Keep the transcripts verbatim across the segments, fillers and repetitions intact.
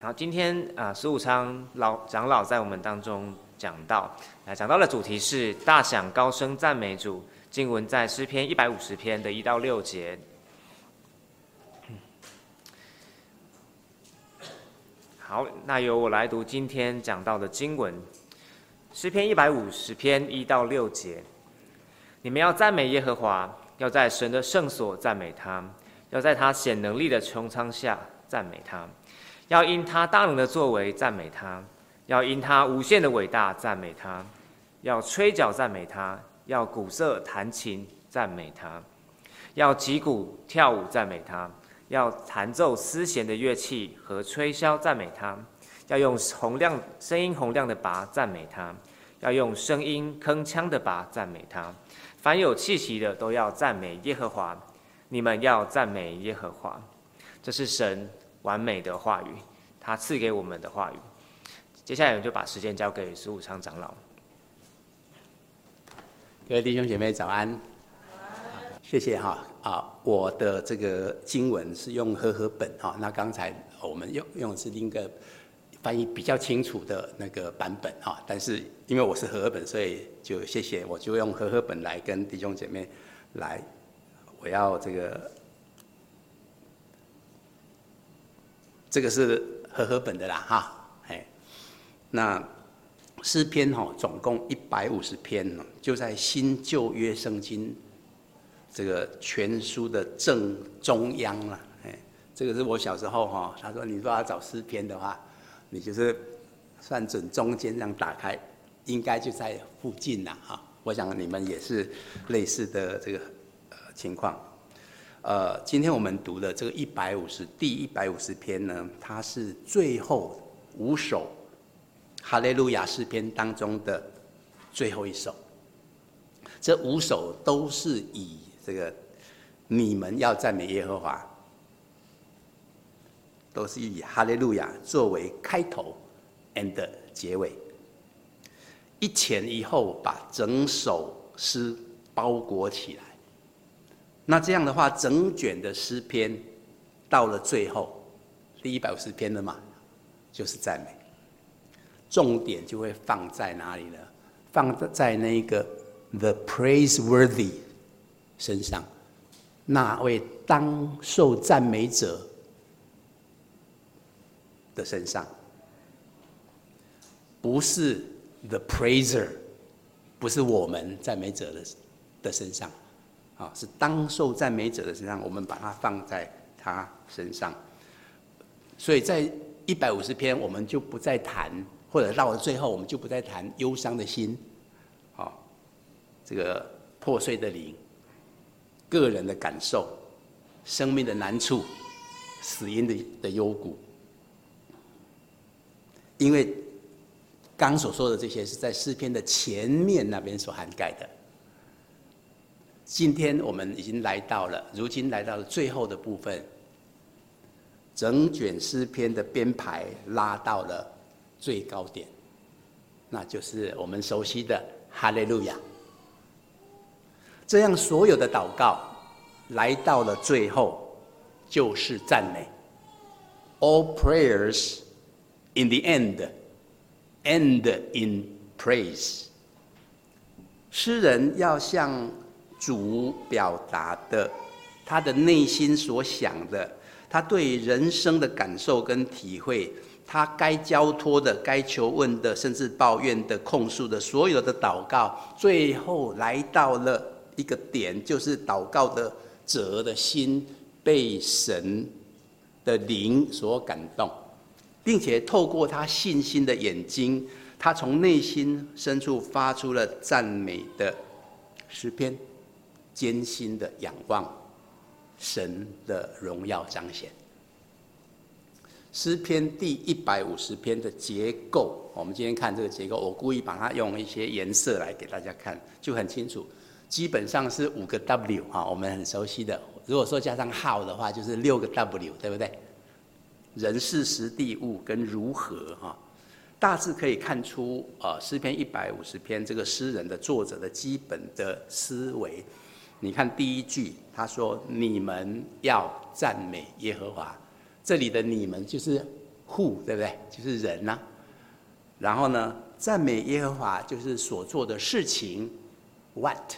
好，今天啊，苏武昌老长老在我们当中讲到，啊，讲到的主题是大响高声赞美主。经文在诗篇一百五十篇的一到六节。好，那由我来读今天讲到的经文，诗篇一百五十篇一到六节。你们要赞美耶和华，要在神的圣所赞美他，要在他显能力的穹苍下赞美他。要因他大能的作为赞美他，要因他无限的伟大赞美他，要吹角赞美他，要鼓瑟弹琴赞美他，要击鼓跳舞赞美他，要弹奏丝弦的乐器和吹箫赞美他，要用洪亮声音洪亮的拔赞美他，要用声音铿锵的拔赞美他。凡有气息的都要赞美耶和华，你们要赞美耶和华。这是神完美的话语，他赐给我们的话语。接下来我们就把时间交给苏武昌长老。 各位弟兄姐妹早安，谢谢哈啊！我的这个经文是用和合本哈，那刚才我们用用的是另一个翻译比较清楚的那个版本哈，但是因为我是和合本，所以就谢谢，我就用和合本来跟弟兄姐妹来，我要这个。这个是和合本的啦，哈，哎，那诗篇哈总共一百五十篇，就在新旧约圣经这个全书的正中央了，哎，这个是我小时候哈，他说你如果要找诗篇的话，你就是算准中间这样打开，应该就在附近啦，哈，我想你们也是类似的这个呃情况。呃，今天我们读的这个一百五十第一百五十篇呢，它是最后五首哈利路亚诗篇当中的最后一首。这五首都是以这个你们要赞美耶和华，都是以哈利路亚作为开头 and 结尾，一前一后把整首诗包裹起来。那这样的话，整卷的诗篇到了最后，第一百五十篇了嘛，就是赞美，重点就会放在哪里呢？放在那个 the praiseworthy 身上，那位当受赞美者的身上，不是 the praiser， 不是我们赞美者 的, 的身上。是当受赞美者的身上，我们把它放在他身上。所以在一百五十篇，我们就不再谈，或者到了最后，我们就不再谈忧伤的心，好，这个破碎的灵，个人的感受，生命的难处，死因的的幽谷。因为刚所说的这些是在诗篇的前面那边所涵盖的。今天我们已经来到了，如今来到了最后的部分，整卷诗篇的编排拉到了最高点，那就是我们熟悉的哈利路亚。这样所有的祷告来到了最后，就是赞美。All prayers in the end end in praise。诗人要向主表达的他的内心所想的，他对人生的感受跟体会，他该交托的、该求问的，甚至抱怨的、控诉的，所有的祷告，最后来到了一个点，就是祷告的者的心被神的灵所感动，并且透过他信心的眼睛，他从内心深处发出了赞美的诗篇，艰辛的仰望神的荣耀彰显。诗篇第一百五十篇的结构，我们今天看这个结构，我故意把它用一些颜色来给大家看，就很清楚。基本上是五个 W 啊，我们很熟悉的。如果说加上 how 的话，就是六个 W， 对不对？人事时地物跟如何哈，大致可以看出呃诗篇一百五十篇这个诗人的作者的基本的思维。你看第一句，他说：“你们要赞美耶和华。”这里的“你们”就是 who， 对不对？就是人呐、啊。然后呢，赞美耶和华就是所做的事情 ，what。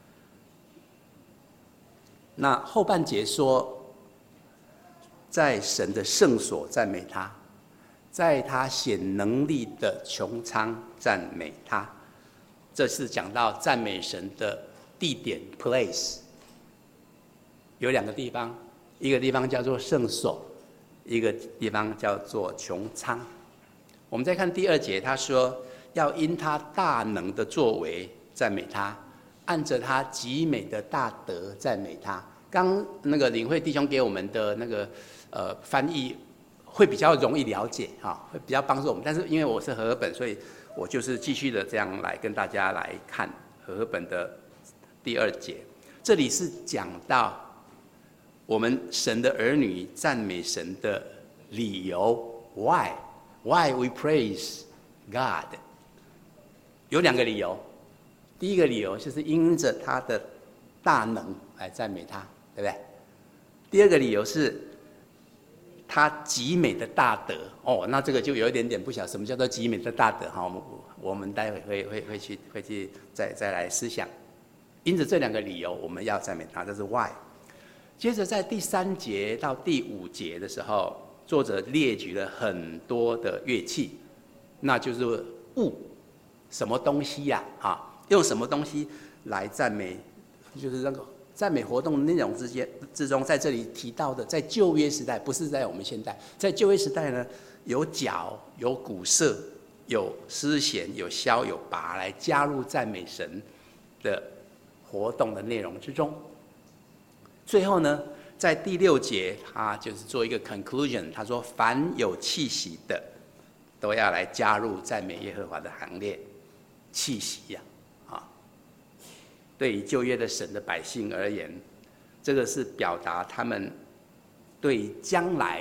那后半节说，在神的圣所赞美他，在他显能力的穹苍赞美他。这是讲到赞美神的地点 place， 有两个地方，一个地方叫做圣所，一个地方叫做穹苍。我们再看第二节，他说要因他大能的作为赞美他，按着他极美的大德赞美他。刚那个领会弟兄给我们的那个呃翻译会比较容易了解哈，会比较帮助我们。但是因为我是和合本，所以我就是继续的这样来跟大家来看和合本的第二节。这里是讲到我们神的儿女赞美神的理由 ，why why we praise God。有两个理由，第一个理由就是因着他的大能来赞美他，对不对？第二个理由是他极美的大德哦，那这个就有一点点不晓得什么叫做极美的大德哈，我们我们待会会会会去会去再再来思想。因着这两个理由，我们要赞美他，这是 why。接着在第三节到第五节的时候，作者列举了很多的乐器，那就是物，什么东西呀、啊？啊，用什么东西来赞美？就是那个赞美活动的内容之间之中，在这里提到的，在旧约时代，不是在我们现代，在旧约时代呢，有角、有鼓瑟、有丝弦、有箫、有拔来加入赞美神的活动的内容之中。最后呢，在第六节，他就是做一个 conclusion， 他说：“凡有气息的，都要来加入赞美耶和华的行列。”气息呀、啊，啊，对于旧约的神的百姓而言，这个是表达他们对将来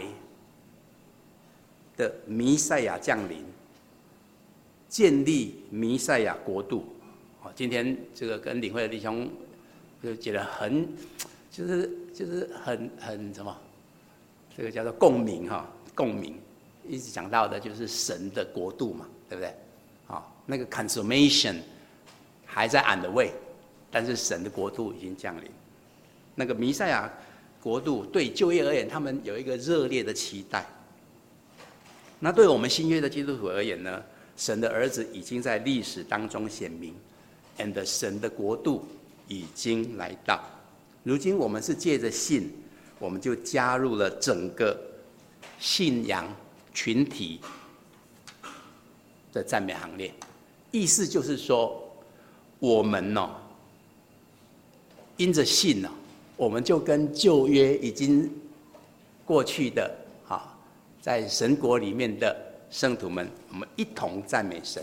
的弥赛亚降临、建立弥赛亚国度。哦，今天这个跟领会的弟兄就觉得很。就是就是很很什么，这个叫做共鸣哈，共鸣，一直讲到的就是神的国度嘛，对不对？好，那个 consummation 还在 on the way， 但是神的国度已经降临。那个弥赛亚国度对旧约而言，他们有一个热烈的期待。那对我们新约的基督徒而言呢，神的儿子已经在历史当中显明 ，and 神的国度已经来到。如今我们是借着信，我们就加入了整个信仰群体的赞美行列。意思就是说，我们哦，因着信哦，我们就跟旧约已经过去的啊，在神国里面的圣徒们，我们一同赞美神。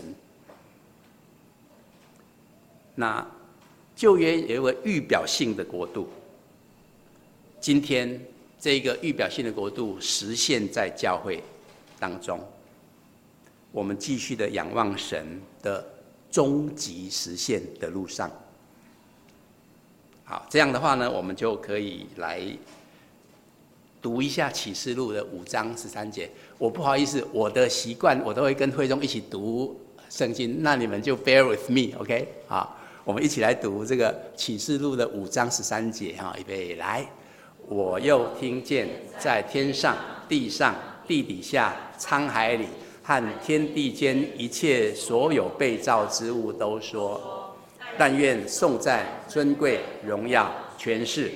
那旧约有一个预表性的国度，今天这个预表性的国度实现在教会当中，我们继续的仰望神的终极实现的路上。好，这样的话呢，我们就可以来读一下启示录的五章十三节。我不好意思，我的习惯我都会跟会众一起读圣经，那你们就 bear with me，OK？ 好。我们一起来读这个启示录的五章十三节哈，预备来！我又听见在天上、地上、地底下、沧海里和天地间一切所有被造之物都说：但愿颂赞、尊贵、荣耀、权势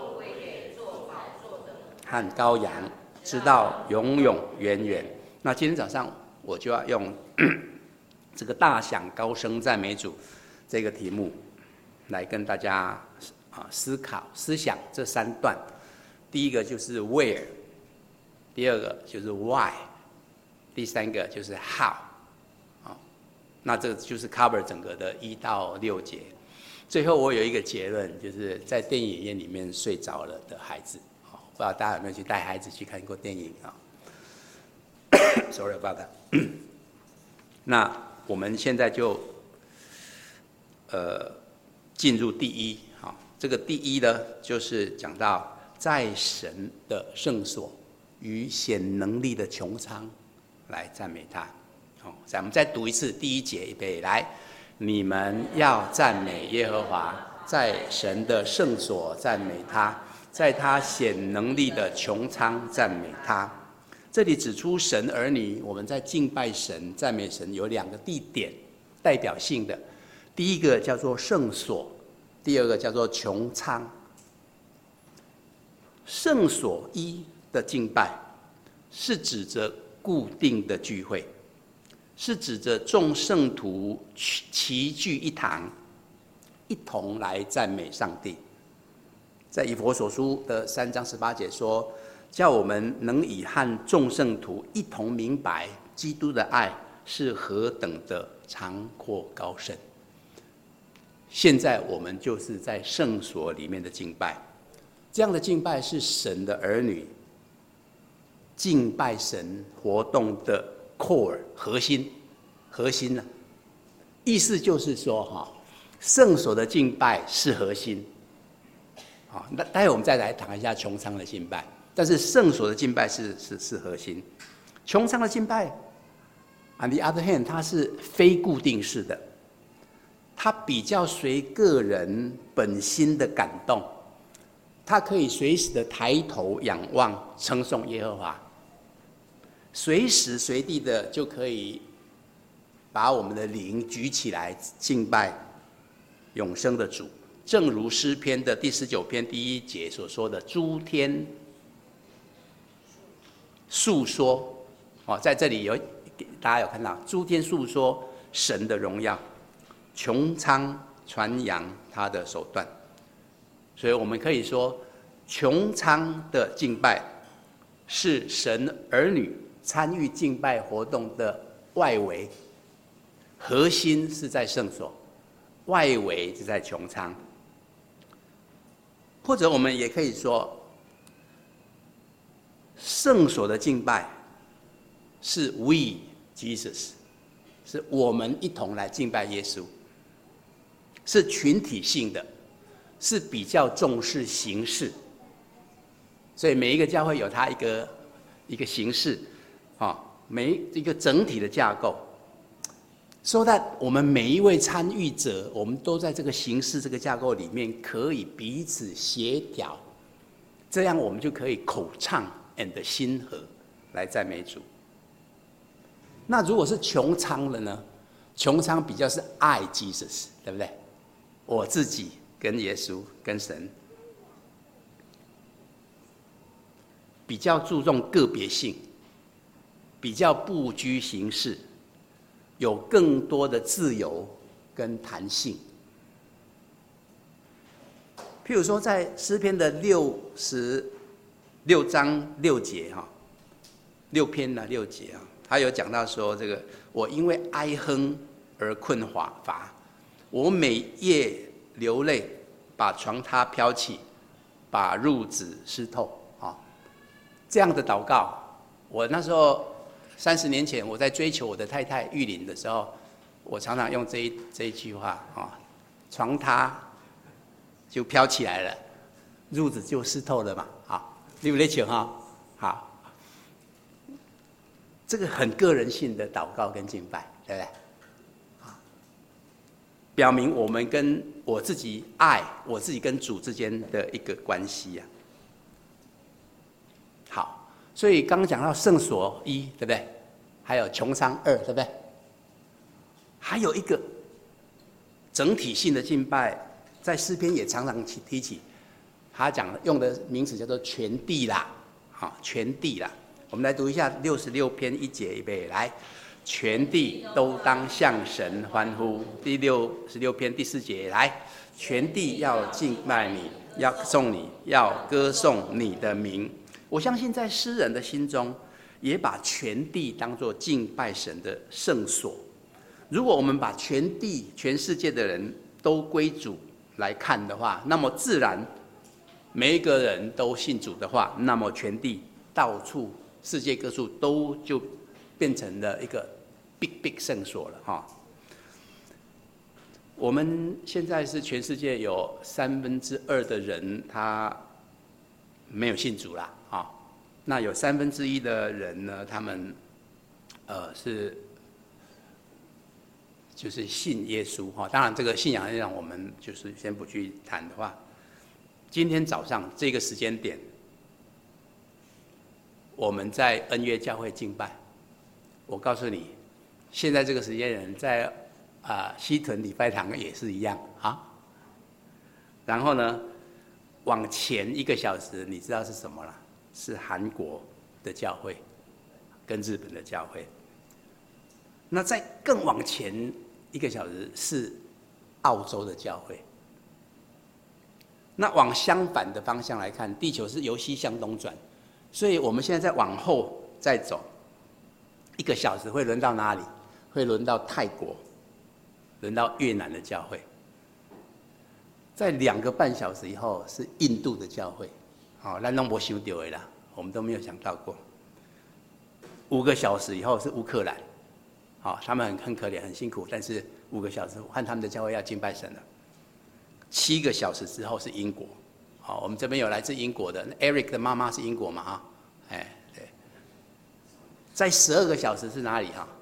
和羔羊，直到永永远远。那今天早上我就要用这个大响高声赞美主这个题目来跟大家啊思考思想这三段。第一个就是 where， 第二个就是 why， 第三个就是 how。啊，那这就是 cover 整个的一到六节。最后我有一个结论，就是在电影院里面睡着了的孩子，啊，不知道大家有没有去带孩子去看过电影啊？Sorry about that。那我们现在就。呃，进入第一，好，这个第一呢，就是讲到在神的圣所与显能力的穹苍来赞美他。好，咱们再读一次第一节，预备来，你们要赞美耶和华，在神的圣所赞美他，在他显能力的穹苍赞美他。这里指出神儿女我们在敬拜神、赞美神有两个地点代表性的，第一个叫做圣所，第二个叫做穹苍。圣所一的敬拜是指着固定的聚会，是指着众圣徒齐聚一堂，一同来赞美上帝。在以弗所书的三章十八节说，叫我们能以和众圣徒一同明白基督的爱是何等的长阔高深。现在我们就是在圣所里面的敬拜，这样的敬拜是神的儿女敬拜神活动的 core 核心，核心呢、啊，意思就是说哈，圣所的敬拜是核心。好，那待会我们再来谈一下穹苍的敬拜，但是圣所的敬拜是是是核心。穹苍的敬拜 ，on the other hand， 它是非固定式的，它比较随个人本心的感动，它可以随时的抬头仰望称颂耶和华，随时随地的就可以把我们的灵举起来敬拜永生的主。正如诗篇的第十九篇第一节所说的，诸天述说，哦，在这里有大家有看到，诸天述说神的荣耀，穹苍传扬他的手段。所以我们可以说，穹苍的敬拜是神儿女参与敬拜活动的外围，核心是在圣所，外围是在穹苍。或者我们也可以说，圣所的敬拜是 we Jesus， 是我们一同来敬拜耶稣，是群体性的，是比较重视形式。所以每一个教会有它一个一个形式，啊，每一个整体的架构。说到我们每一位参与者，我们都在这个形式、这个架构里面，可以彼此协调，这样我们就可以口唱 and 心和来赞美主。那如果是穹苍的呢？穹苍比较是爱 Jesus， 对不对？我自己跟耶稣跟神，比较注重个别性，比较不拘形式。有更多的自由跟弹性。譬如说，在诗篇的六十六章六节哈，六篇呢六节啊，他有讲到说，这个我因为哀哼而困乏，我每夜流泪，把床榻飘起，把褥子湿透啊。这样的祷告，我那时候。三十年前，我在追求我的太太玉玲的时候，我常常用这一这一句话啊，床榻就飘起来了，褥子就湿透了嘛，好，对不对？请哈，好，这个很个人性的祷告跟敬拜，对不对？啊，表明我们跟我自己爱我自己跟主之间的一个关系呀、啊。好。所以刚刚讲到圣所一，对不对？还有穹苍二，对不对？还有一个整体性的敬拜，在诗篇也常常提起，他讲用的名词叫做全地啦，好，全地啦。我们来读一下六十六篇一节，预备来，全地都当向神欢呼。第六十六篇第四节来，全地要敬拜你，要颂你，要歌颂你的名。我相信在诗人的心中，也把全地当作敬拜神的圣所。如果我们把全地、全世界的人都归主来看的话，那么自然每一个人都信主的话，那么全地到处世界各处都就变成了一个 big big 圣所了哈。我们现在是全世界有三分之二的人他没有信主啦。那有三分之一的人呢，他们呃是就是信耶稣哈。当然，这个信仰让我们就是先不去谈的话，今天早上这个时间点，我们在恩约教会敬拜。我告诉你，现在这个时间人在啊、呃、西屯礼拜堂也是一样啊。然后呢，往前一个小时，你知道是什么了？是韩国的教会跟日本的教会。那再更往前一个小时是澳洲的教会。那往相反的方向来看，地球是由西向东转，所以我们现在再往后再走一个小时，会轮到哪里？会轮到泰国，轮到越南的教会。在两个半小时以后是印度的教会，好、哦，咱都没想到的啦，我们都没有想到过。五个小时以后是乌克兰，好、哦，他们很很可怜，很辛苦，但是五个小时换他们的教会要敬拜神了。七个小时之后是英国，好、哦，我们这边有来自英国的 Eric 的妈妈是英国嘛哈，哎对，在十二个小时是哪里哈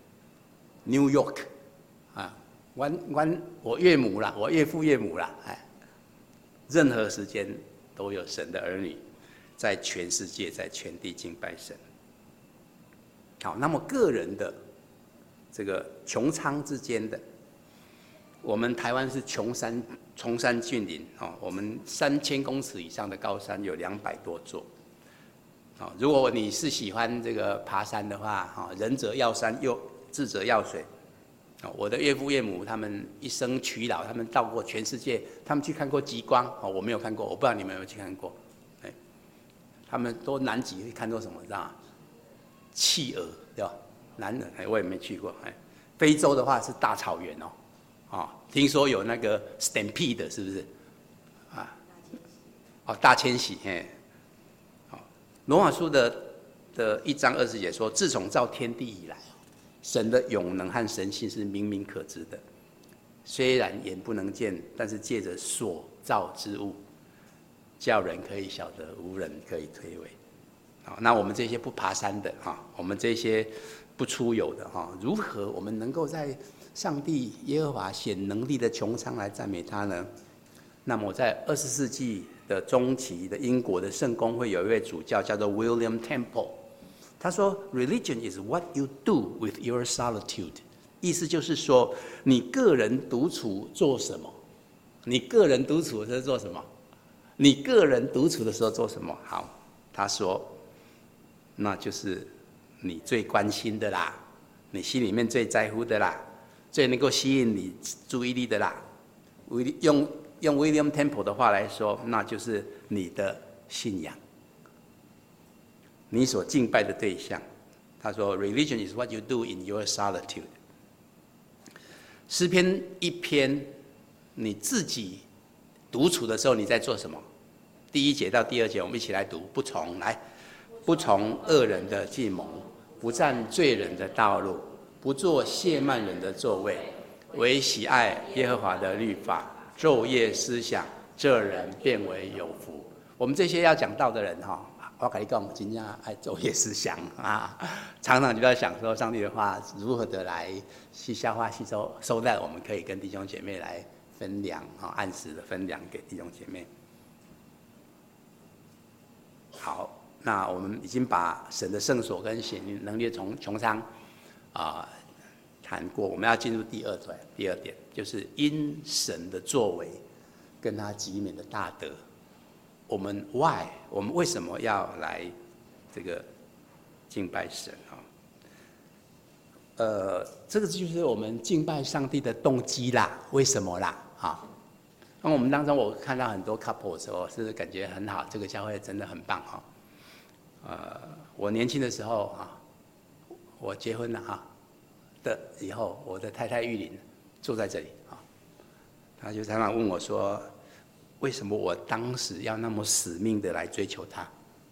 ？New York， 啊。我我我岳母啦，我岳父岳母啦，哎，任何时间都有神的儿女，在全世界，在全地敬拜神。好，那么个人的这个穹苍之间的，我们台湾是穷山崇山峻岭哦，我们三千公尺以上的高山有两百多座。哦，如果你是喜欢这个爬山的话，哈，仁者要山，又智者要水。我的岳父岳母他们一生娶老，他们到过全世界，他们去看过极光，哦，我没有看过，我不知道你们有没有去看过。哎，他们都南极会看到什么？知道吗？企鹅，对吧？南人，哎，我也没去过。哎，非洲的话是大草原哦，哦，听说有那个 stampede 是不是？啊，哦，大迁徙，哎，好，罗马书的的一章二十节说，自从造天地以来。神的永能和神性是明明可知的，虽然眼不能见，但是借着所造之物，叫人可以晓得，无人可以推诿。好，那我们这些不爬山的哈，我们这些不出游的哈，如何我们能够在上帝耶和华显能力的穹苍来赞美他呢？那么在二十世纪的中期的英国的圣公会有一位主教叫做 William Temple。他说 ：“Religion is what you do with your solitude。”意思就是说，你个人独处做什么？你个人独处的时候做什么？你个人独处的时候做什么？好，他说，那就是你最关心的啦，你心里面最在乎的啦，最能够吸引你注意力的啦。用用 William Temple 的话来说，那就是你的信仰。你所敬拜的对象，他说 ：“Religion is what you do in your solitude。”诗篇一篇，你自己独处的时候，你在做什么？第一节到第二节，我们一起来读。不从来，不从恶人的计谋，不占罪人的道路，不做亵慢人的座位，唯喜爱耶和华的律法，昼夜思想，这人变为有福。我们这些要讲道的人哈。我跟你讲，真正爱昼夜思想啊，常常就在想说上帝的话如何的来去消化吸收，收在我们可以跟弟兄姐妹来分粮啊，按时的分粮给弟兄姐妹。好，那我们已经把神的圣所跟显能力从穹苍啊谈过，我们要进入第二段，第二点就是因神的作为跟他极美的大德。我们 why 我们为什么要来这个敬拜神啊？呃，这个就是我们敬拜上帝的动机啦。为什么啦？啊，那我们当中我看到很多 couple 的时候，是感觉很好，这个教会真的很棒哈。呃，我年轻的时候啊，我结婚了哈的以后，我的太太玉玲住在这里啊，她就常常问我说，为什么我当时要那么死命的来追求他？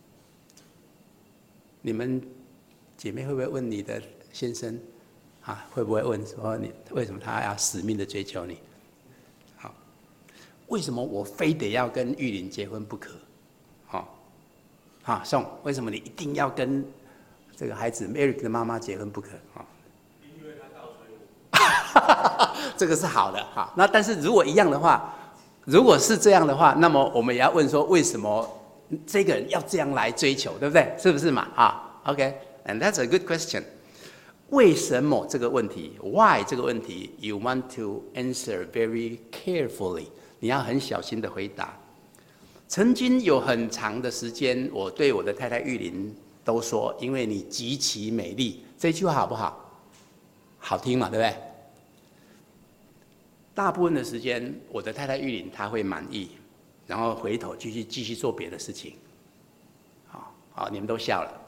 你们姐妹会不会问你的先生啊？会不会问说你为什么他要死命的追求你？好，为什么我非得要跟玉玲结婚不可？好，啊，宋，为什么你一定要跟这个孩子 Eric 的妈妈结婚不可啊。 因为他倒催我。 这个是好的哈。那但是如果一样的话，如果是这样的话，那么我们也要问说，为什么这个人要这样来追求，对不对？是不是嘛？啊 ，OK，and、okay? that's a good question。为什么这个问题 ？Why 这个问题 ？You want to answer very carefully。你要很小心的回答。曾经有很长的时间，我对我的太太玉玲都说：“因为你极其美丽。”这句话好不好？好听嘛，对不对？大部分的时间，我的太太玉玲她会满意，然后回头继续继续做别的事情。好，好，你们都笑了。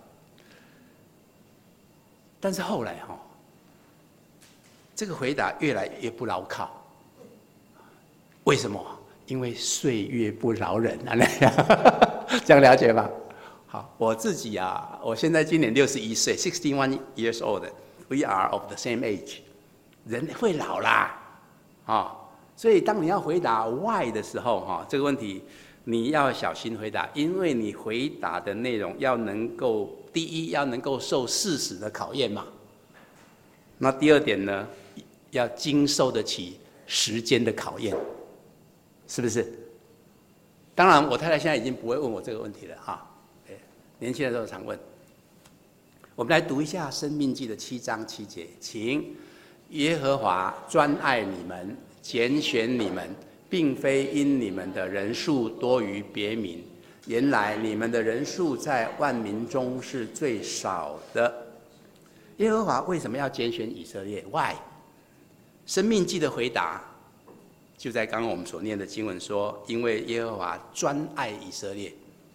但是后来哈，这个回答越来越不牢靠。为什么？因为岁月不饶人啊，这样了解吗？好，我自己啊，我现在今年六十一岁 ，sixty-one years old，we are of the same age， 人会老啦，啊、哦，所以当你要回答 why 的时候，哈、哦，这个问题你要小心回答，因为你回答的内容要能够，第一要能够受事实的考验嘛，那第二点呢，要经受得起时间的考验。是不是？当然，我太太现在已经不会问我这个问题了哈。年轻的时候常问。我们来读一下《申命记》的七章七节，请耶和华专爱你们，拣选你们，并非因你们的人数多于别民。原来你们的人数在万民中是最少的。耶和华为什么要拣选以色列 ？Why？ 申命记的回答。就在刚刚我们所念的经文说，因为耶和华专爱以色列。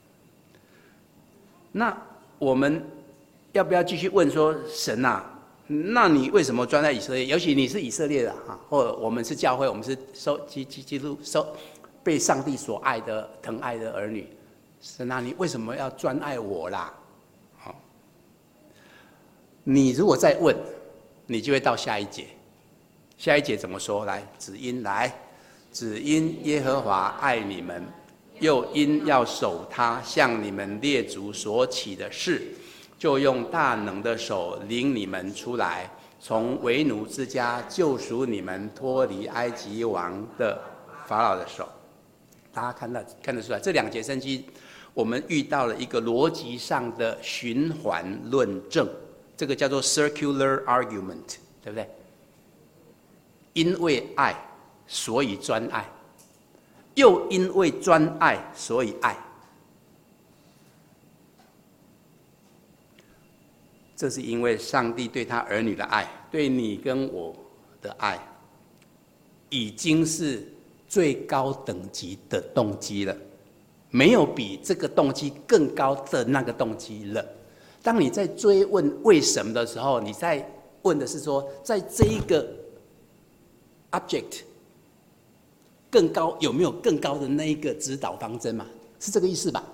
那我们要不要继续问说，神啊，那你为什么专爱以色列？尤其你是以色列的哈，或者我们是教会，我们是受基基基督受被上帝所爱的疼爱的儿女，神啊，你为什么要专爱我啦？好，你如果再问，你就会到下一节。下一节怎么说？来，只因来。只因耶和华爱你们，又因要守他向你们列祖所起的事，就用大能的手领你们出来，从为奴之家救赎你们，脱离埃及王的法老的手。大家看到看得出来，这两节圣经，我们遇到了一个逻辑上的循环论证，这个叫做 circular argument， 对不对？因为爱。所以专爱，又因为专爱，所以爱。这是因为上帝对他儿女的爱，对你跟我的爱，已经是最高等级的动机了，没有比这个动机更高的那个动机了。当你在追问为什么的时候，你在问的是说，在这一个 object。更高有没有更高的那一个指导方针嘛？是这个意思吧？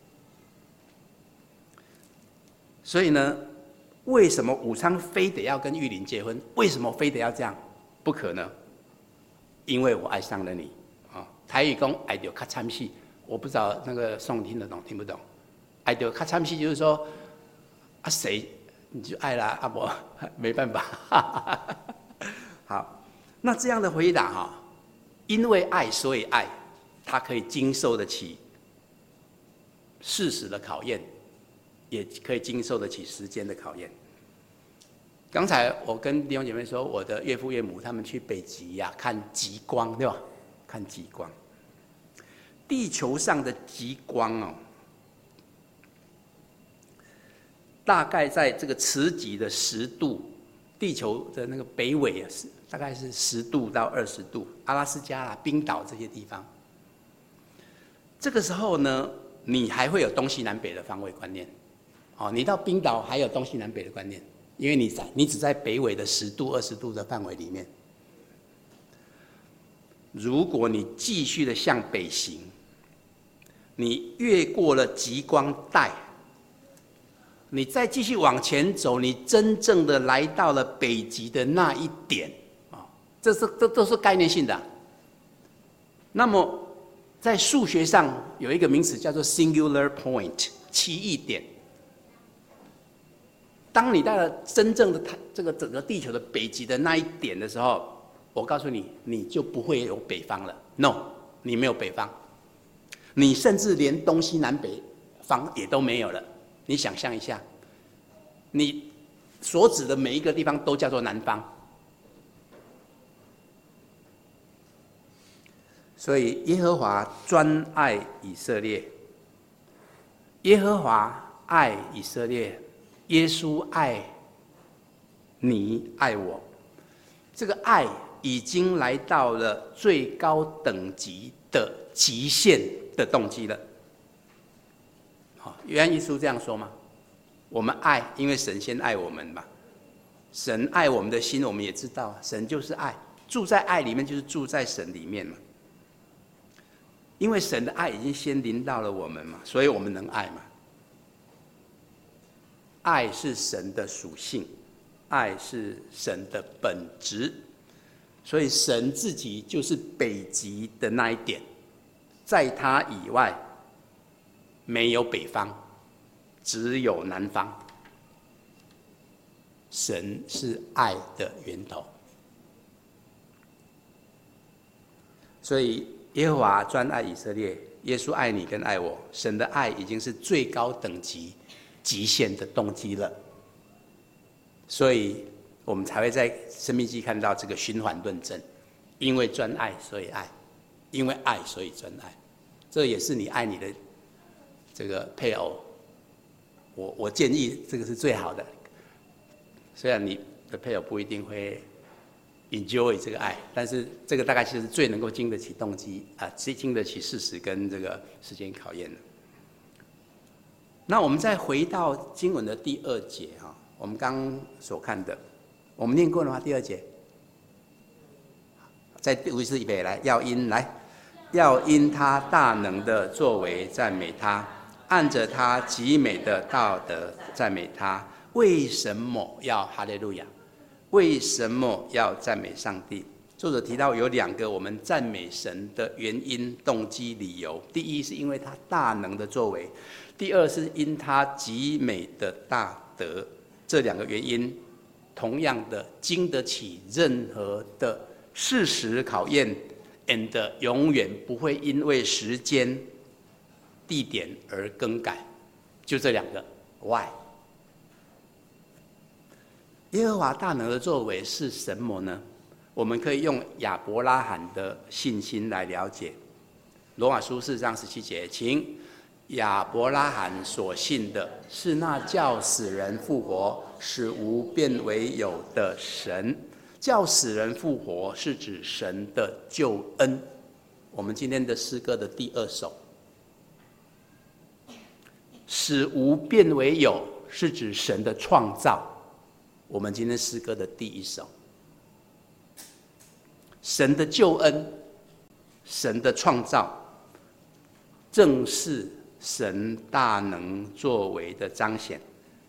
所以呢，为什么武昌非得要跟玉林结婚？为什么非得要这样？不可能，因为我爱上了你啊！台语讲爱到较参戏，我不知道那个宋听得懂听不懂？爱到较参戏就是说啊谁你就爱啦，啊我没办法。好，那这样的回答哈。因为爱，所以爱，他可以经受得起事实的考验，也可以经受得起时间的考验。刚才我跟弟兄姐妹说，我的岳父岳母他们去北极呀、啊、看极光，对吧？看极光，地球上的极光哦，大概在这个磁极的十度，地球的那个北纬啊是。大概是十度到二十度，阿拉斯加啦、冰岛这些地方。这个时候呢，你还会有东西南北的方位观念。哦，你到冰岛还有东西南北的观念，因为你在你只在北纬的十度、二十度的范围里面。如果你继续的向北行，你越过了极光带。你再继续往前走，你真正的来到了北极的那一点。这是这都是概念性的、啊。那么，在数学上有一个名词叫做 singular point， 奇异点。 当你到了真正的太这个整个地球的北极的那一点的时候，我告诉你，你就不会有北方了。No， 你没有北方，你甚至连东西南北方也都没有了。你想象一下，你所指的每一个地方都叫做南方。所以耶和华专爱以色列，耶和华爱以色列，耶稣爱你，爱我。这个爱已经来到了最高等级的极限的动机了。好，约翰一书这样说吗？我们爱，因为神先爱我们嘛。神爱我们的心，我们也知道，神就是爱，住在爱里面就是住在神里面嘛。因为神的爱已经先临到了我们嘛，所以我们能爱嘛。爱是神的属性，爱是神的本质，所以神自己就是北极的那一点，在他以外没有北方，只有南方。神是爱的源头，所以耶和华专爱以色列，耶稣爱你跟爱我，神的爱已经是最高等级极限的动机了，所以我们才会在生命记看到这个循环论证，因为专爱所以爱，因为爱所以专爱。这也是你爱你的这个配偶，我我建议这个是最好的，虽然你的配偶不一定会enjoy 这个爱，但是这个大概就是最能够经得起动机啊，最经得起事实跟这个时间考验的。那我们再回到经文的第二节哈，我们刚所看的，我们念过了吗？第二节，再读一次，预备来，要因来，要因他大能的作为赞美他，按着他极美的道德赞美他。为什么要哈利路亚？为什么要赞美上帝？作者提到有两个我们赞美神的原因、动机、理由。第一是因为他大能的作为，第二是因他极美的大德。这两个原因同样的经得起任何的事实考验 and 永远不会因为时间地点而更改，就这两个 why。 耶和华大能的作为是什么呢？我们可以用亚伯拉罕的信心来了解。罗马书四章十七节，请亚伯拉罕所信的是那叫死人复活、使无变为有的神。叫死人复活是指神的救恩。我们今天的诗歌的第二首，使无变为有是指神的创造。我们今天诗歌的第一首，神的救恩，神的创造，正是神大能作为的彰显。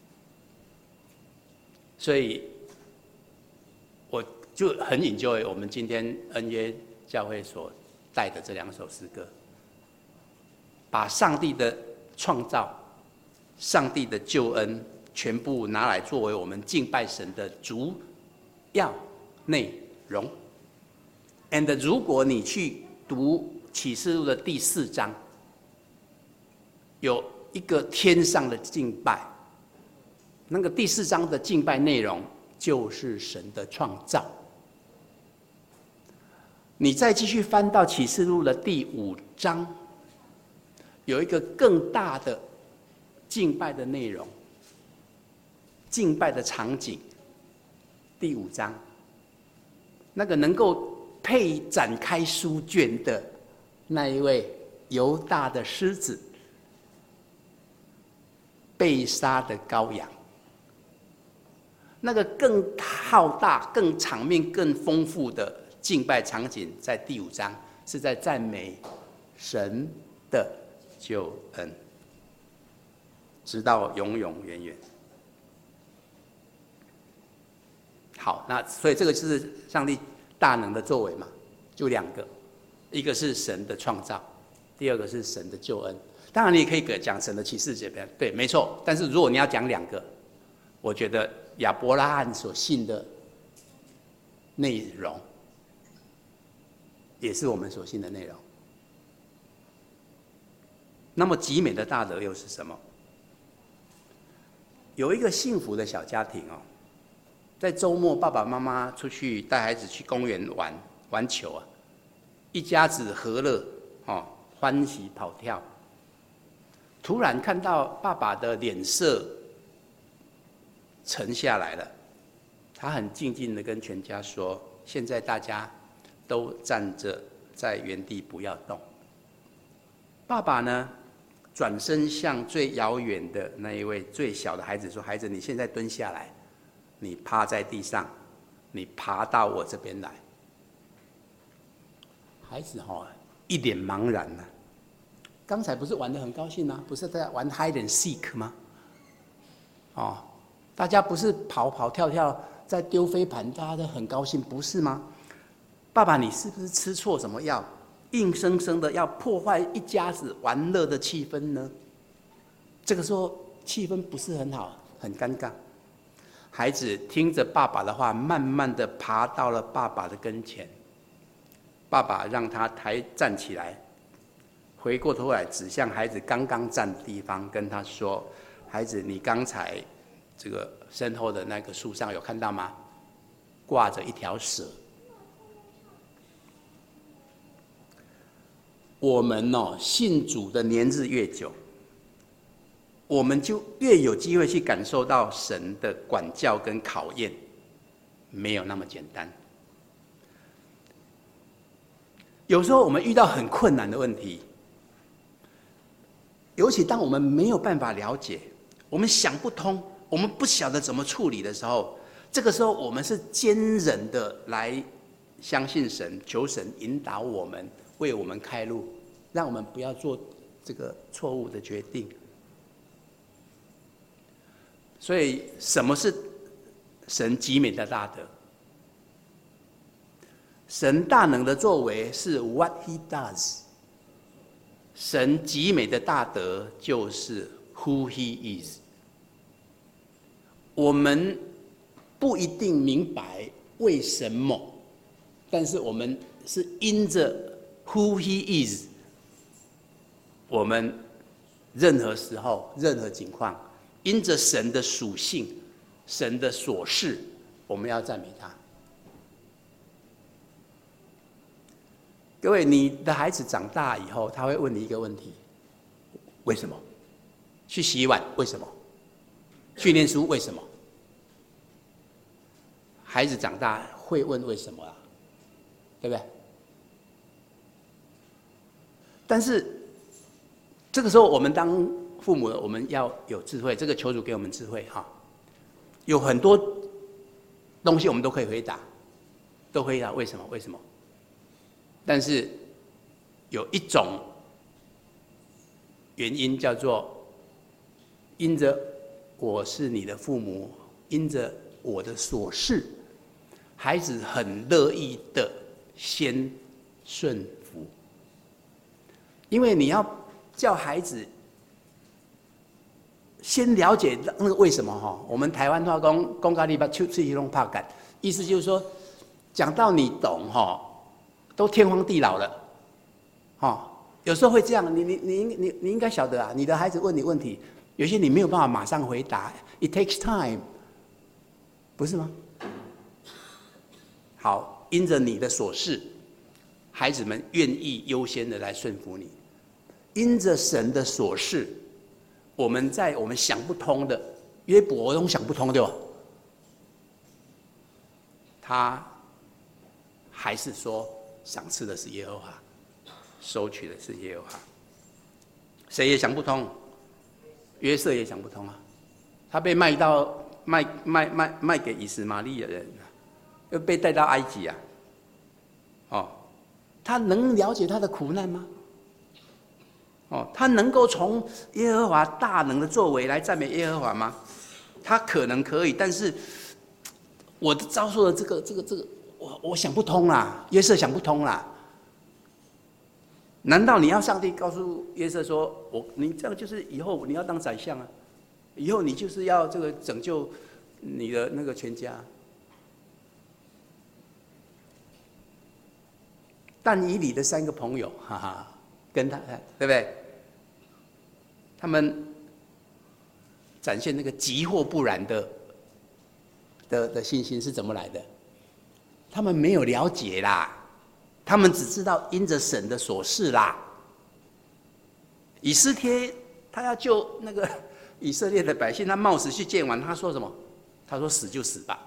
所以我就很 enjoy 我们今天恩约教会所带的这两首诗歌，把上帝的创造、上帝的救恩全部拿来作为我们敬拜神的主要内容。And 如果你去读启示录的第四章，有一个天上的敬拜，那个第四章的敬拜内容就是神的创造。你再继续翻到启示录的第五章，有一个更大的敬拜的内容，敬拜的场景。第五章，那个能够配展开书卷的那一位犹大的狮子，被杀的羔羊，那个更浩大、更场面、更丰富的敬拜场景，在第五章是在赞美神的救恩，直到永永远远。好，那所以这个就是上帝大能的作为嘛，就两个，一个是神的创造，第二个是神的救恩。当然，你也可以讲神的启示这边，对，没错。但是如果你要讲两个， 我觉得亚伯拉罕所信的内容，也是我们所信的内容。那么极美的大德又是什么？有一个幸福的小家庭哦，在周末爸爸妈妈出去带孩子去公园玩玩球啊，一家子和乐哦，欢喜跑跳。突然看到爸爸的脸色沉下来了，他很静静的跟全家说：“现在大家都站着在原地，不要动。”爸爸呢，转身向最遥远的那一位最小的孩子说：“孩子，你现在蹲下来，你趴在地上，你爬到我这边来。”孩子哈、哦，一脸茫然啊。刚才不是玩得很高兴吗？不是在玩 hide and seek 吗？哦，大家不是跑跑跳跳在丢飞盘，大家都很高兴，不是吗？爸爸，你是不是吃错什么药，硬生生的要破坏一家子玩乐的气氛呢？这个时候气氛不是很好，很尴尬。孩子听着爸爸的话，慢慢的爬到了爸爸的跟前。爸爸让他抬站起来，回过头来指向孩子刚刚站的地方，跟他说：“孩子，你刚才这个身后的那个树上有看到吗？挂着一条蛇。”我们哦，信主的年日越久，我们就越有机会去感受到神的管教跟考验，没有那么简单。有时候我们遇到很困难的问题，尤其当我们没有办法了解，我们想不通，我们不晓得怎么处理的时候，这个时候我们是坚忍的来相信神，求神引导我们，为我们开路，让我们不要做这个错误的决定。所以，什么是神极美的大德？神大能的作为是 what he does。神极美的大德就是 who he is。我们不一定明白为什么，但是我们是因着 who he is， 我们任何时候、任何情况，因着神的属性、神的所事，我们要赞美他。各位，你的孩子长大以后，他会问你一个问题：为什么？去洗碗为什么？去念书为什么？孩子长大会问为什么啊，对不对？但是这个时候，我们当父母的，我们要有智慧。这个求主给我们智慧哈。有很多东西我们都可以回答，都回答为什么？为什么？但是有一种原因叫做因着我是你的父母，因着我的所事，孩子很乐意的先顺服，因为你要叫孩子先了解那个为什么哈。我们台湾话讲讲到你把手自己弄怕感，意思就是说，讲到你懂哈。都天荒地老了，哦，有时候会这样。你你你你你应该晓得啊，你的孩子问你问题，有些你没有办法马上回答 ，it takes time， 不是吗？好，因着你的所事，孩子们愿意优先的来顺服你；因着神的所事，我们在我们想不通的，约伯都想不通对吧？他还是说。赏赐的是耶和华，收取的是耶和华。谁也想不通，约瑟也想不通啊！他被卖到卖卖卖卖给以实玛利的人，又被带到埃及啊！哦，他能了解他的苦难吗？哦，他能够从耶和华大能的作为来赞美耶和华吗？他可能可以，但是我遭受的这个这个这个。我我想不通啦，约瑟想不通啦。难道你要上帝告诉约瑟说：“我你这样就是以后你要当宰相啊，以后你就是要这个拯救你的那个全家。但以理的三个朋友，哈哈，跟他对不对？他们展现那个急或不然的的的信心是怎么来的？他们没有了解啦，他们只知道因着神的所示啦。以斯帖他要救那个以色列的百姓，他冒死去见王，他说什么？他说死就死吧。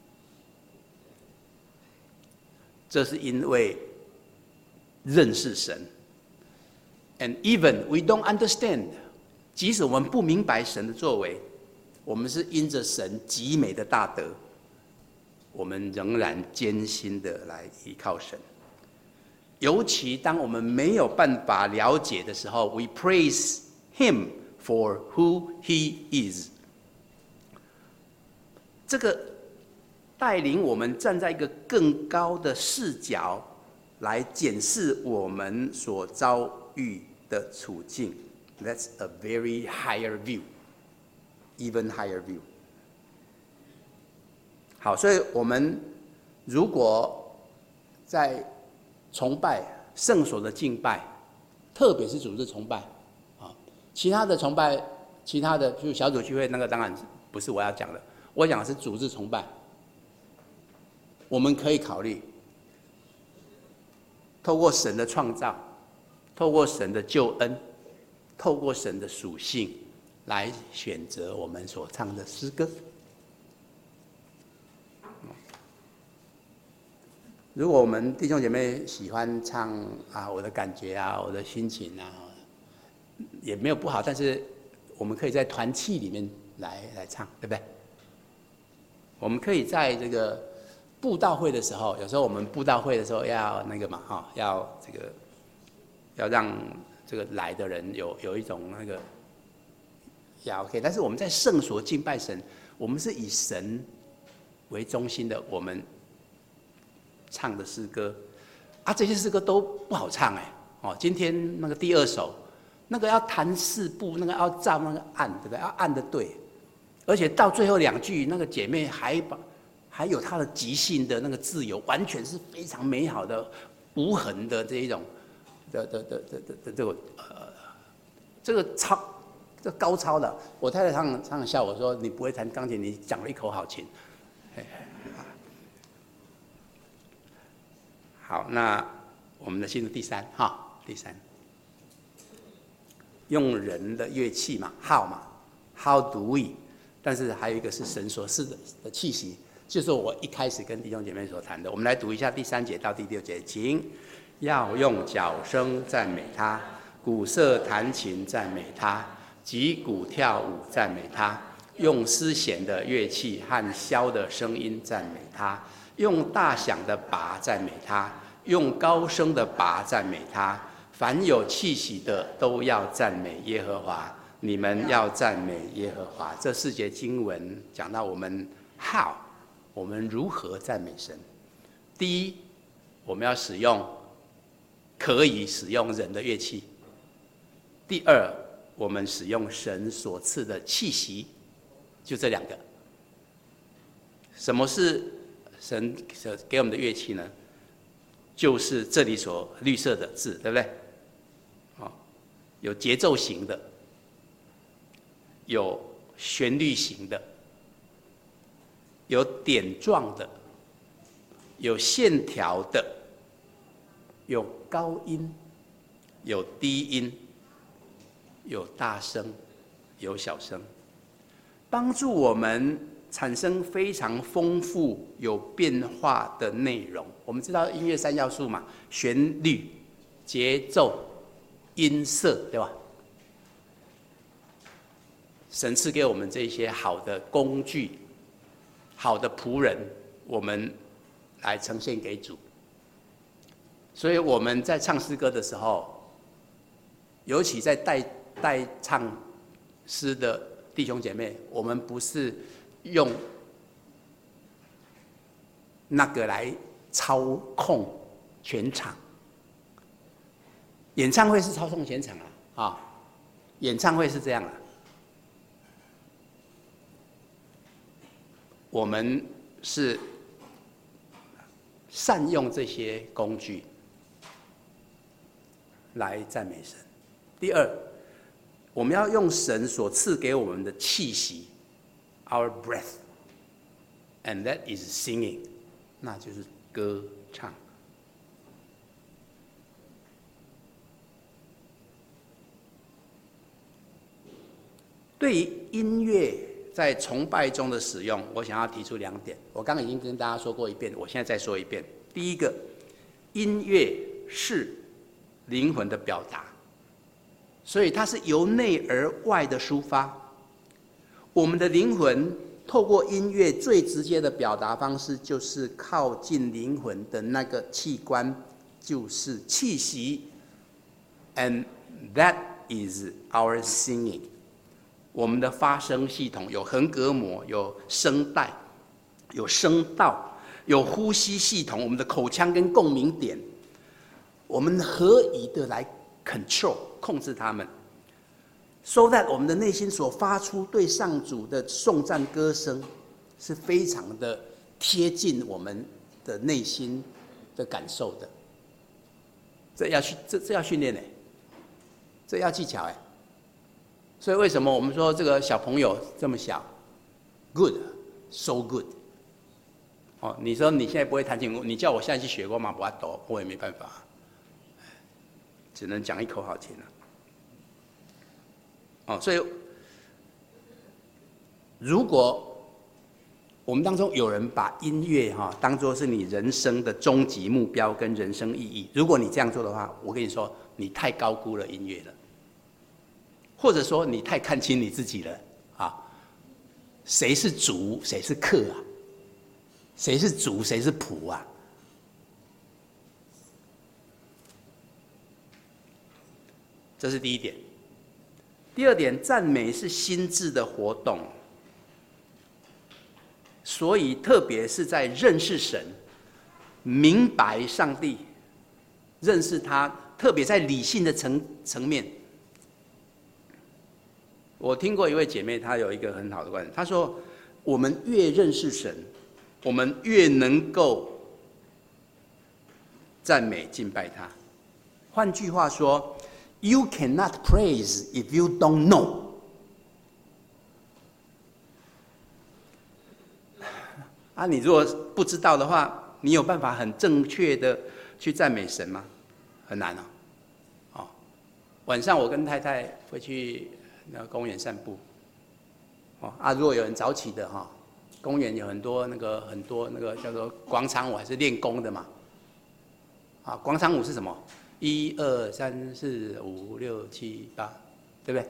这是因为认识神 ，and even we don't understand， 即使我们不明白神的作为，我们是因着神极美的大德，我们仍然艰辛的来依靠神。尤其当我们没有办法了解的时候 ，we praise Him for who He is。这个带领我们站在一个更高的视角来检视我们所遭遇的处境。That's a very higher view, even higher view。好，所以我们如果在崇拜圣所的敬拜，特别是主日崇拜，啊，其他的崇拜，其他的就是小组聚会，那个当然不是我要讲的，我讲的是主日崇拜。我们可以考虑，透过神的创造，透过神的救恩，透过神的属性，来选择我们所唱的诗歌。如果我们弟兄姐妹喜欢唱啊，我的感觉啊，我的心情啊，也没有不好，但是我们可以在团契里面来来唱，对不对？我们可以在这个布道会的时候，有时候我们布道会的时候要那个嘛，哈，要这个要让这个来的人有有一种那个也 OK， 但是我们在圣所敬拜神，我们是以神为中心的，我们唱的诗歌啊，这些诗歌都不好唱哎，哦，今天那个第二首，那个要弹四部，那个要照那个按，对不对？要按的对，而且到最后两句，那个姐妹还把还有她的即兴的那个自由，完全是非常美好的、无痕的这一种的的的的的的这个呃，这个超这高超的。我太太常常笑我说：“你不会弹钢琴，你讲了一口好琴。”好，那我们的进入第三哈，第三，用人的乐器嘛 ，how 嘛 ，how do we？ 但是还有一个是神所赐的的气息，就是我一开始跟弟兄姐妹所谈的。我们来读一下第三节到第六节，请要用角声赞美他，鼓瑟弹琴赞美他，击鼓跳舞赞美他，用丝弦的乐器和箫的声音赞美他。用大响的钹赞美他，用高声的钹赞美他。凡有气息的都要赞美耶和华，你们要赞美耶和华。这四节经文讲到我们 how， 我们如何赞美神。第一，我们要使用可以使用人的乐器。第二，我们使用神所赐的气息，就这两个。什么是神给我们的乐器呢？就是这里所绿色的字，对不对？哦，有节奏型的，有旋律型的，有点状的，有线条的，有高音，有低音，有大声，有小声，帮助我们产生非常丰富、有变化的内容。我们知道音乐三要素嘛，旋律、节奏、音色，对吧？神赐给我们这些好的工具、好的仆人，我们来呈现给主。所以我们在唱诗歌的时候，尤其在带带唱诗的弟兄姐妹，我们不是用那个来操控全场。演唱会是操控全场啊，啊，演唱会是这样啊。 我们是善用这些工具来赞美神。第二，我们要用神所赐给我们的气息 ，our breath， and that is singing， 那就是歌唱。对于音乐在崇拜中的使用，我想要提出两点。我刚刚已经跟大家说过一遍，我现在再说一遍。第一个，音乐是灵魂的表达，所以它是由内而外的抒发。我们的灵魂透过音乐最直接的表达方式，就是靠近灵魂的那个器官，就是气息 ，and that is our singing。我们的发声系统有横膈膜，有声带，有声道，有呼吸系统，我们的口腔跟共鸣点，我们合宜的来 control 控制它们 ，so that 我们的内心所发出对上主的颂赞歌声，是非常的贴近我们的内心的感受的。这要训，这这要训练呢，这要技巧哎。所以为什么我们说这个小朋友这么小 ，good so good， 哦，你说你现在不会弹琴，你叫我现在去学，我嘛不会抖，我也没办法，只能讲一口好琴了。哦，所以如果我们当中有人把音乐哈当作是你人生的终极目标跟人生意义，如果你这样做的话，我跟你说，你太高估了音乐了。或者说你太看清你自己了啊？谁是主，谁是客啊？谁是主，谁是仆啊？这是第一点。第二点，赞美是心智的活动，所以特别是在认识神、明白上帝、认识他，特别在理性的层层面。我听过一位姐妹，她有一个很好的观点，她说：“我们越认识神，我们越能够赞美敬拜他。换句话说 ，You cannot praise if you don't know。”啊，你如果不知道的话，你有办法很正确的去赞美神吗？很难哦。哦，晚上我跟太太会去那个公园散步，哦啊，如果有人早起的哈，公园有很多那个很多那个叫做广场舞，还是练功的嘛。啊，广场舞是什么？一二三四五六七八，对不对？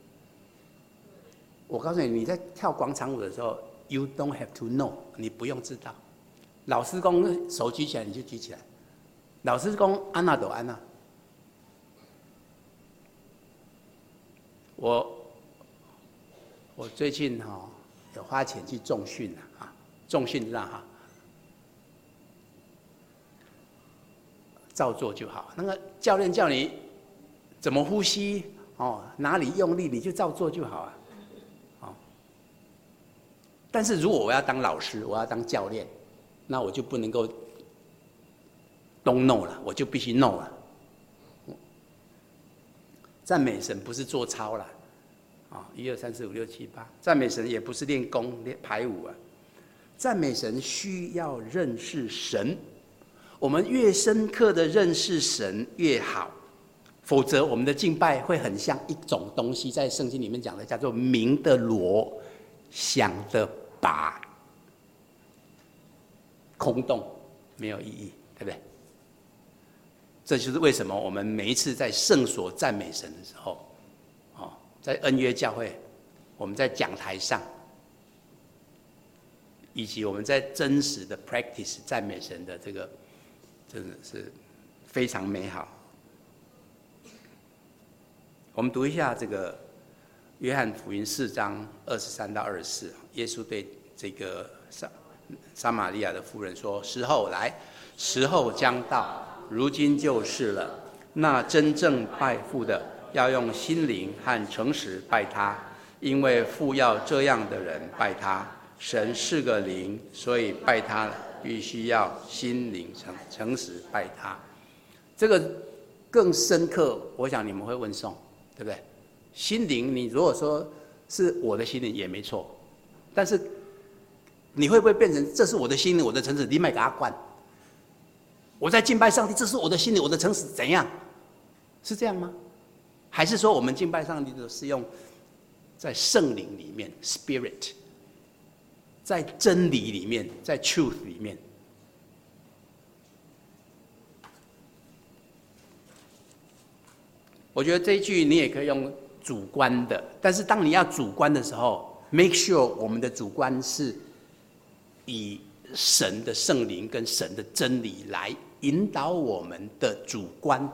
我告诉你，你在跳广场舞的时候 ，you don't have to know， 你不用知道。老师公手举起来你就举起来，老师公安娜就安娜。我我最近哈、哦、有花钱去重训啊，重训知道哈，照做就好。那个教练叫你怎么呼吸哦，哪里用力你就照做就好啊，哦。但是如果我要当老师，我要当教练，那我就不能够 don't know 了，我就必须 know 了。赞美神不是做操啦，啊，一二三四五六七八，赞美神也不是练功练排舞啊，赞美神需要认识神，我们越深刻的认识神越好，否则我们的敬拜会很像一种东西，在圣经里面讲的叫做明的锣，响的钹，空洞，没有意义，对不对？这就是为什么我们每一次在圣所赞美神的时候，哦，在恩约教会，我们在讲台上，以及我们在真实的 practice 赞美神的这个，真的是非常美好。我们读一下这个约翰福音四章二十三到二十四，耶稣对这个撒撒玛利亚的妇人说：“时候来，时候将到。如今就是了。那真正拜父的，要用心灵和诚实拜他，因为父要这样的人拜他。 神是个灵，所以拜他必须要心灵诚诚实拜他。这个更深刻，我想你们会问诵，对不对？心灵，你如果说是我的心灵也没错，但是你会不会变成这是我的心灵，我的诚实，你买给他灌？我在敬拜上帝，这是我的心灵，我的诚实，怎样？是这样吗？还是说我们敬拜上帝的是用在圣灵里面 （Spirit）， 在真理里面，在 truth 里面？我觉得这一句你也可以用主观的，但是当你要主观的时候 ，make sure 我们的主观是以神的圣灵跟神的真理来引导我们的主观，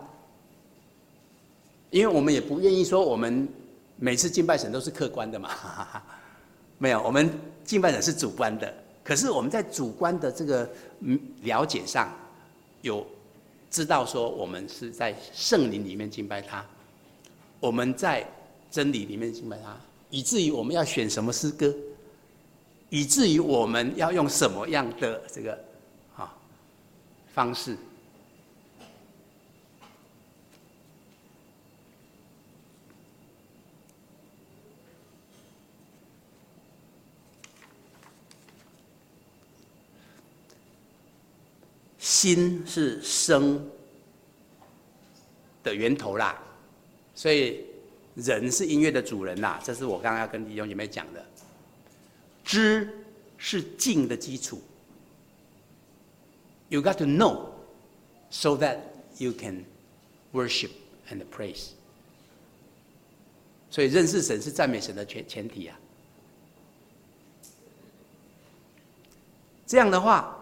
因为我们也不愿意说我们每次敬拜神都是客观的嘛，没有，我们敬拜神是主观的。可是我们在主观的这个了解上，有知道说我们是在圣灵里面敬拜他，我们在真理里面敬拜他，以至于我们要选什么诗歌，以至于我们要用什么样的这个啊方式。心是生的源头啦，所以人是音乐的主人啦，这是我刚刚要跟弟兄姐妹讲的。知是敬的基础 ，You got to know so that you can worship and praise。所以认识神是赞美神的前前提啊。这样的话。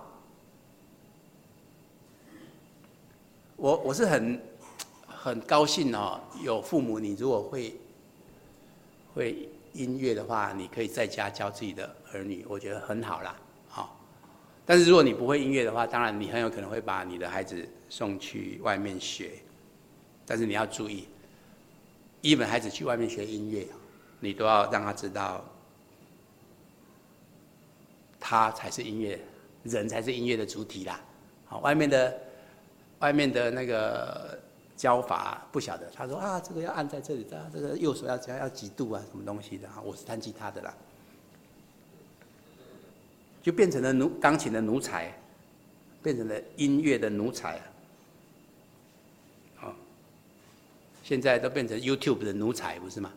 我我是很很高兴哦，有父母，你如果会会音乐的话，你可以在家教自己的儿女，我觉得很好啦，好、哦。但是如果你不会音乐的话，当然你很有可能会把你的孩子送去外面学，但是你要注意，一本孩子去外面学音乐，你都要让他知道，他才是音乐，人才是音乐的主体啦。好，外面的。外面的那个教法不晓得，他说啊，这个要按在这里，这个右手要要要几度啊，什么东西的啊？我是弹吉他的啦，就变成了奴钢琴的奴才，变成了音乐的奴才啊！哦，现在都变成 YouTube 的奴才，不是吗？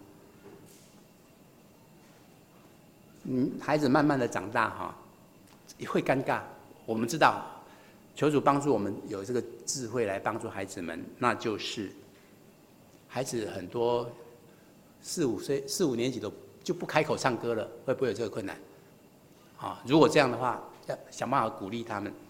嗯，孩子慢慢的长大哈，也会尴尬，我们知道。求主帮助我们有这个智慧来帮助孩子们，那就是孩子很多四五岁、四五年级都就不开口唱歌了，会不会有这个困难？啊，如果这样的话，要想办法鼓励他们。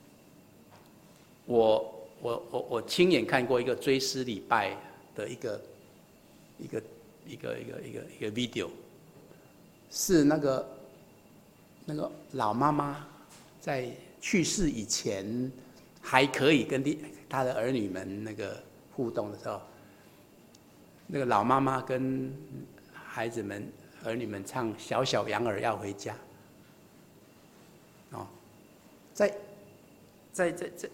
我我我我亲眼看过一个追思礼拜的一个一个一个一个一个一个 video， 是那个那个老妈妈在。去世以前还可以跟他的儿女们那个互动的时候，那个老妈妈跟孩子们、儿女们唱《小小羊儿要回家》哦，在在在在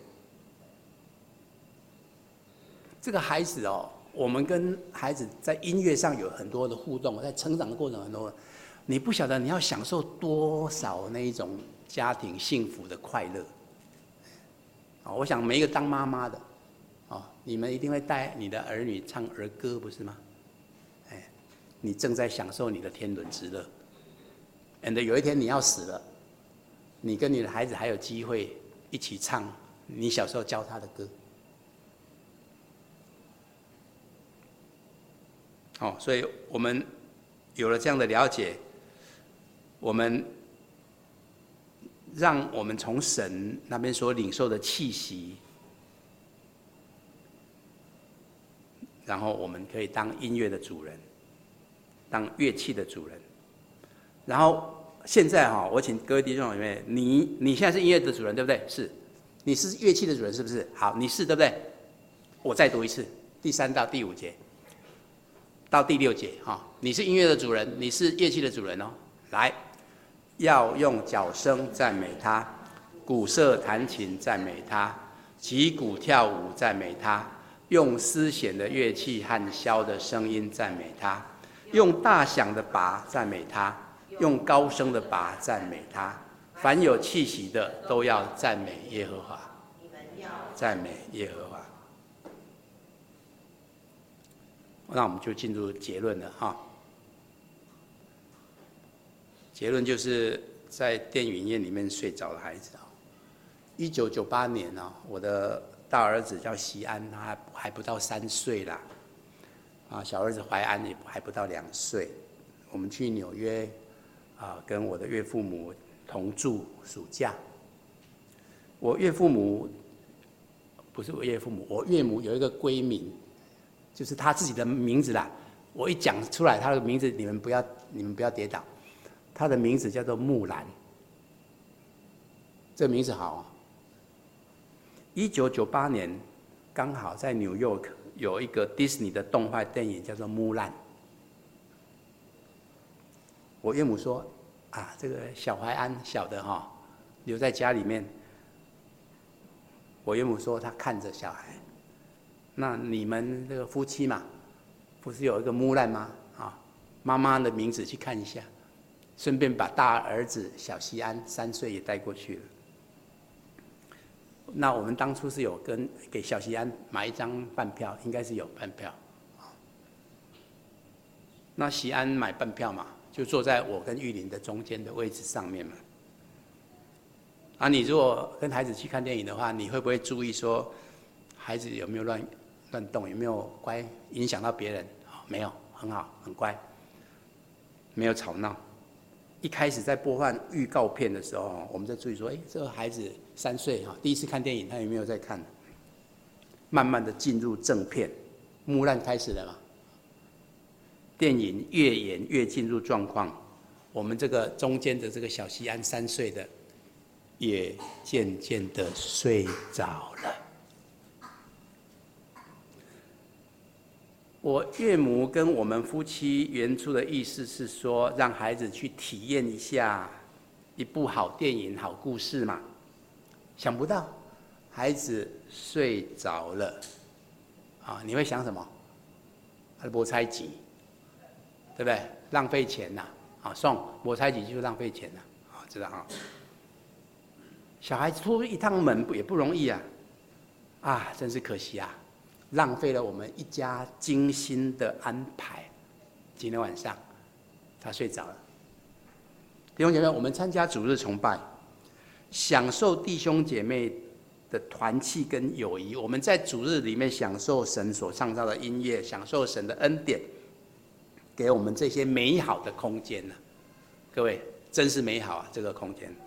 这个孩子哦，我们跟孩子在音乐上有很多的互动，在成长的过程很多，你不晓得你要享受多少那一种。家庭幸福的快乐，啊，我想每一个当妈妈的，啊，你们一定会带你的儿女唱儿歌，不是吗？哎，你正在享受你的天伦之乐。and 有一天你要死了，你跟你的孩子还有机会一起唱你小时候教他的歌。哦，所以我们有了这样的了解，我们。让我们从神那边所领受的气息，然后我们可以当音乐的主人，当乐器的主人。然后现在哈，我请各位弟兄姐妹，你你现在是音乐的主人，对不对？是，你是乐器的主人，是不是？好，你是对不对？我再读一次，第三到第五节，到第六节哈，你是音乐的主人，你是乐器的主人哦。来。 要用角声赞美他，鼓瑟弹琴赞美他，击鼓跳舞赞美他，用丝弦的乐器和箫的声音赞美他，用大响的钹赞美他，用高声的钹赞美他。凡有气息的都要赞美耶和华，赞美耶和华。那我们就进入结论了哈。结论就是在电影院里面睡着的孩子啊。一九九八年啊，我的大儿子叫席安，他还还不到三岁啦，啊，小儿子怀安也还不到两岁。我们去纽约啊，跟我的岳父母同住暑假。我岳父母不是我岳父母，我岳母有一个闺名，就是他自己的名字啦。我一讲出来他的名字，你们不要你们不要跌倒。他的名字叫做木兰，这个名字好。一九九八年，刚好在纽约有一个 Disney 的动画电影叫做《木兰》。我岳母说：“啊，这个小怀安小的哈、哦，留在家里面。”我岳母说：“她看着小孩。那你们这个夫妻嘛，不是有一个木兰吗？啊，妈妈的名字去看一下。”顺便把大儿子小西安三岁也带过去了。那我们当初是有跟给小西安买一张半票，应该是有半票。那西安买半票嘛，就坐在我跟玉林的中间的位置上面嘛。啊，你如果跟孩子去看电影的话，你会不会注意说孩子有没有乱乱动，有没有乖，影响到别人？没有，很好，很乖，没有吵闹。一开始在播放预告片的时候，我们在注意说，哎，这个孩子三岁哈，第一次看电影，他有没有在看？慢慢的进入正片，木兰开始了嘛。电影越演越进入状况，我们这个中间的这个小西安三岁的，也渐渐的睡着了。我岳母跟我们夫妻原初的意思是说，让孩子去体验一下一部好电影、好故事嘛。想不到孩子睡着了，啊，你会想什么？他没猜忌，对不对？浪费钱呐、啊，啊，送没猜忌就是浪费钱呐、啊，啊，知道啊？小孩子出一趟门也不容易啊，啊，真是可惜啊。浪费了我们一家精心的安排。今天晚上，他睡着了。弟兄姐妹，我们参加主日崇拜，享受弟兄姐妹的团契跟友谊。我们在主日里面享受神所创造的音乐，享受神的恩典，给我们这些美好的空间呢。各位，真是美好啊！这个空间。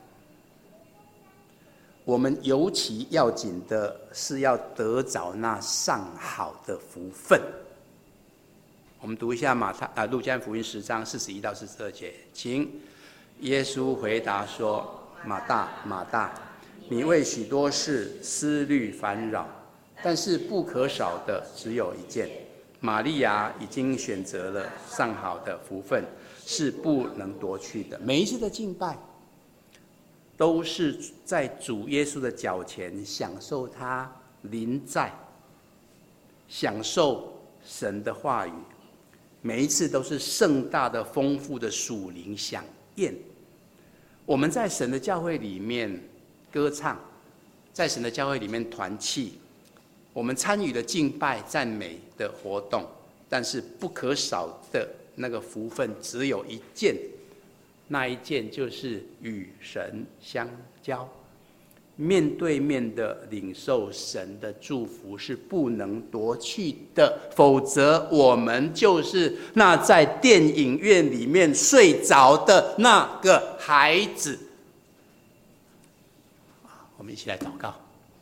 我们尤其要紧的是要得着那上好的福分。我们读一下马太啊，路加福音十章四十一到四十二节，请。耶稣回答说：“马大，马大，你为许多事思虑烦扰，但是不可少的只有一件。玛利亚已经选择了上好的福分，是不能夺去的。”每一次的敬拜，都是在主耶稣的脚前享受他临在，享受神的话语。每一次都是盛大的、丰富的属灵飨宴。我们在神的教会里面歌唱，在神的教会里面团契，我们参与了敬拜、赞美的活动，但是不可少的那个福分只有一件。那一件就是与神相交，面对面的领受神的祝福是不能夺去的，否则我们就是那在电影院里面睡着的那个孩子。我们一起来祷告。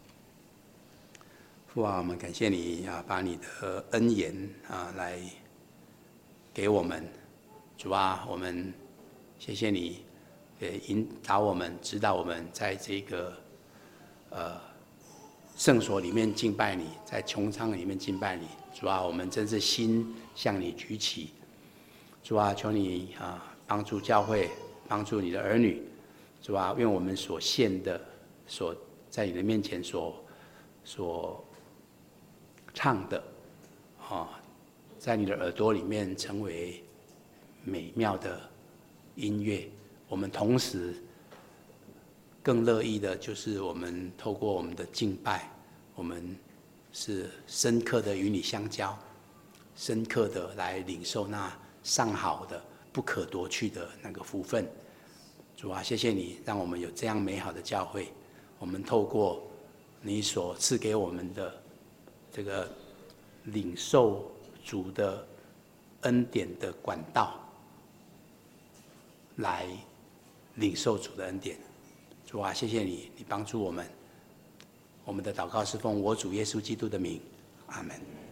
父啊，我们感谢你啊，把你的恩言啊来给我们。主啊，我们谢谢你，呃，引导我们，指导我们，在这个呃圣所里面敬拜你，在穹苍里面敬拜你。主啊，我们真是心向你举起。主啊，求你啊帮助教会， 帮助你的儿女，主啊，愿我们所献的、所在你的面前所所唱的，啊，在你的耳朵里面成为美妙的音乐。我们同时更乐意的，就是我们透过我们的敬拜，我们是深刻的与你相交，深刻的来领受那上好的、不可夺去的那个福分。主啊，谢谢你让我们有这样美好的教会。我们透过你所赐给我们的这个领受主的恩典的管道，来领受主的恩典。主啊，谢谢你，你帮助我们。我们的祷告是奉我主耶稣基督的名，阿门。